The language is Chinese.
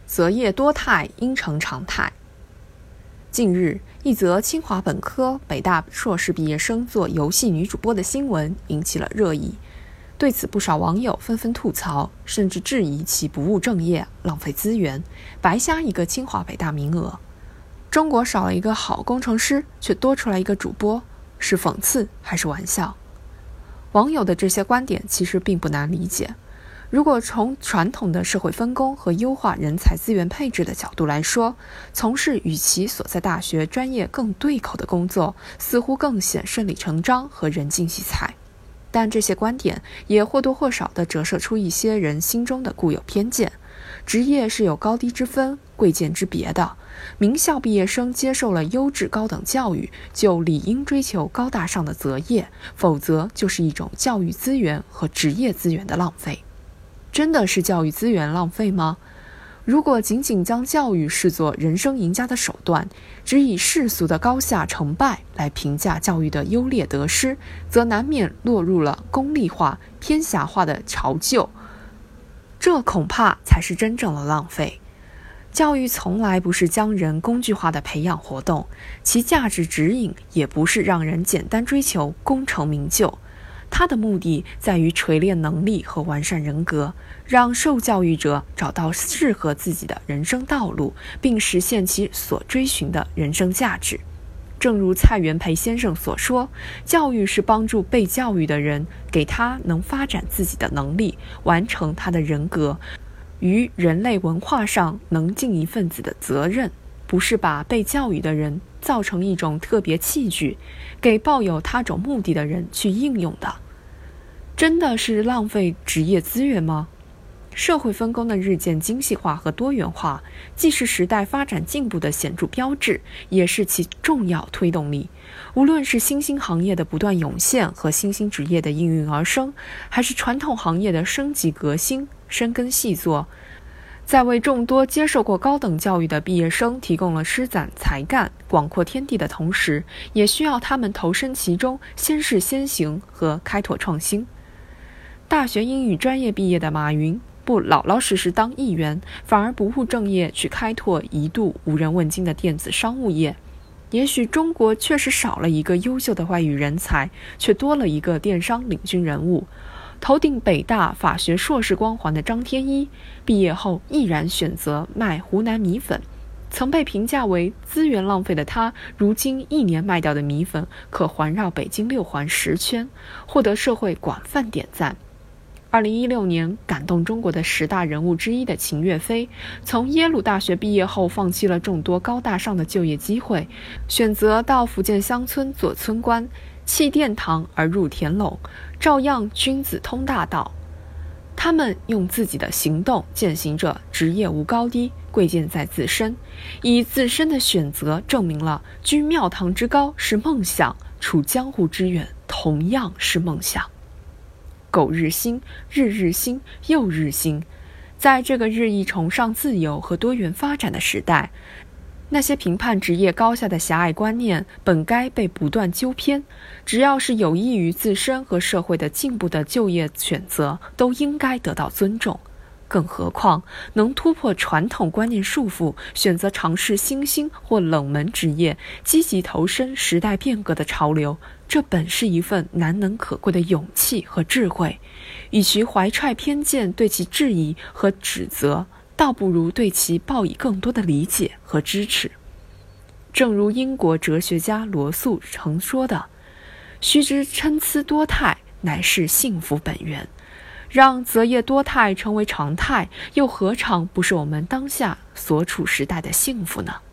择业多态应成常态。近日，一则清华本科、北大硕士毕业生做游戏女主播的新闻引起了热议。对此，不少网友纷纷吐槽，甚至质疑其不务正业、浪费资源，白瞎一个清华北大名额。中国少了一个好工程师，却多出来一个主播，是讽刺还是玩笑？网友的这些观点其实并不难理解。如果从传统的社会分工和优化人才资源配置的角度来说，从事与其所在大学专业更对口的工作，似乎更显顺理成章和人尽其才。但这些观点也或多或少地折射出一些人心中的固有偏见。职业是有高低之分、贵贱之别的。名校毕业生接受了优质高等教育，就理应追求高大上的择业，否则就是一种教育资源和职业资源的浪费。真的是教育资源浪费吗？如果仅仅将教育视作人生赢家的手段，只以世俗的高下成败来评价教育的优劣得失，则难免落入了功利化、偏狭化的潮臼，这恐怕才是真正的浪费。教育从来不是将人工具化的培养活动，其价值指引也不是让人简单追求功成名就。它的目的在于锤炼能力和完善人格，让受教育者找到适合自己的人生道路，并实现其所追寻的人生价值。正如蔡元培先生所说，教育是帮助被教育的人，给他能发展自己的能力，完成他的人格，于人类文化上能尽一份子的责任，不是把被教育的人造成一种特别器具，给抱有他种目的的人去应用的。真的是浪费职业资源吗？社会分工的日渐精细化和多元化，既是时代发展进步的显著标志，也是其重要推动力。无论是新兴行业的不断涌现和新兴职业的应运而生，还是传统行业的升级革新、深耕细作，在为众多接受过高等教育的毕业生提供了施展才干、广阔天地的同时，也需要他们投身其中，先试先行和开拓创新。大学英语专业毕业的马云，不老老实实当议员，反而不务正业去开拓一度无人问津的电子商务业。也许中国确实少了一个优秀的外语人才，却多了一个电商领军人物。头顶北大法学硕士光环的张天一，毕业后毅然选择卖湖南米粉。曾被评价为资源浪费的他，如今1年卖掉的米粉可环绕北京6环10圈，获得社会广泛点赞。2016年感动中国的10大人物之一的秦岳飞，从耶鲁大学毕业后放弃了众多高大上的就业机会，选择到福建乡村做村官，弃殿堂而入田垄，照样君子通大道。他们用自己的行动践行着职业无高低，贵贱在自身，以自身的选择证明了居庙堂之高是梦想，处江湖之远同样是梦想。苟日新，日日新，又日新。在这个日益崇尚自由和多元发展的时代，那些评判职业高下的狭隘观念本该被不断纠偏，只要是有益于自身和社会的进步的就业选择，都应该得到尊重。更何况能突破传统观念束缚，选择尝试新兴或冷门职业，积极投身时代变革的潮流，这本是一份难能可贵的勇气和智慧。与其怀揣偏见对其质疑和指责，倒不如对其报以更多的理解和支持。正如英国哲学家罗素曾说的，须知参差多态，乃是幸福本源。让择业多态成为常态，又何尝不是我们当下所处时代的幸福呢？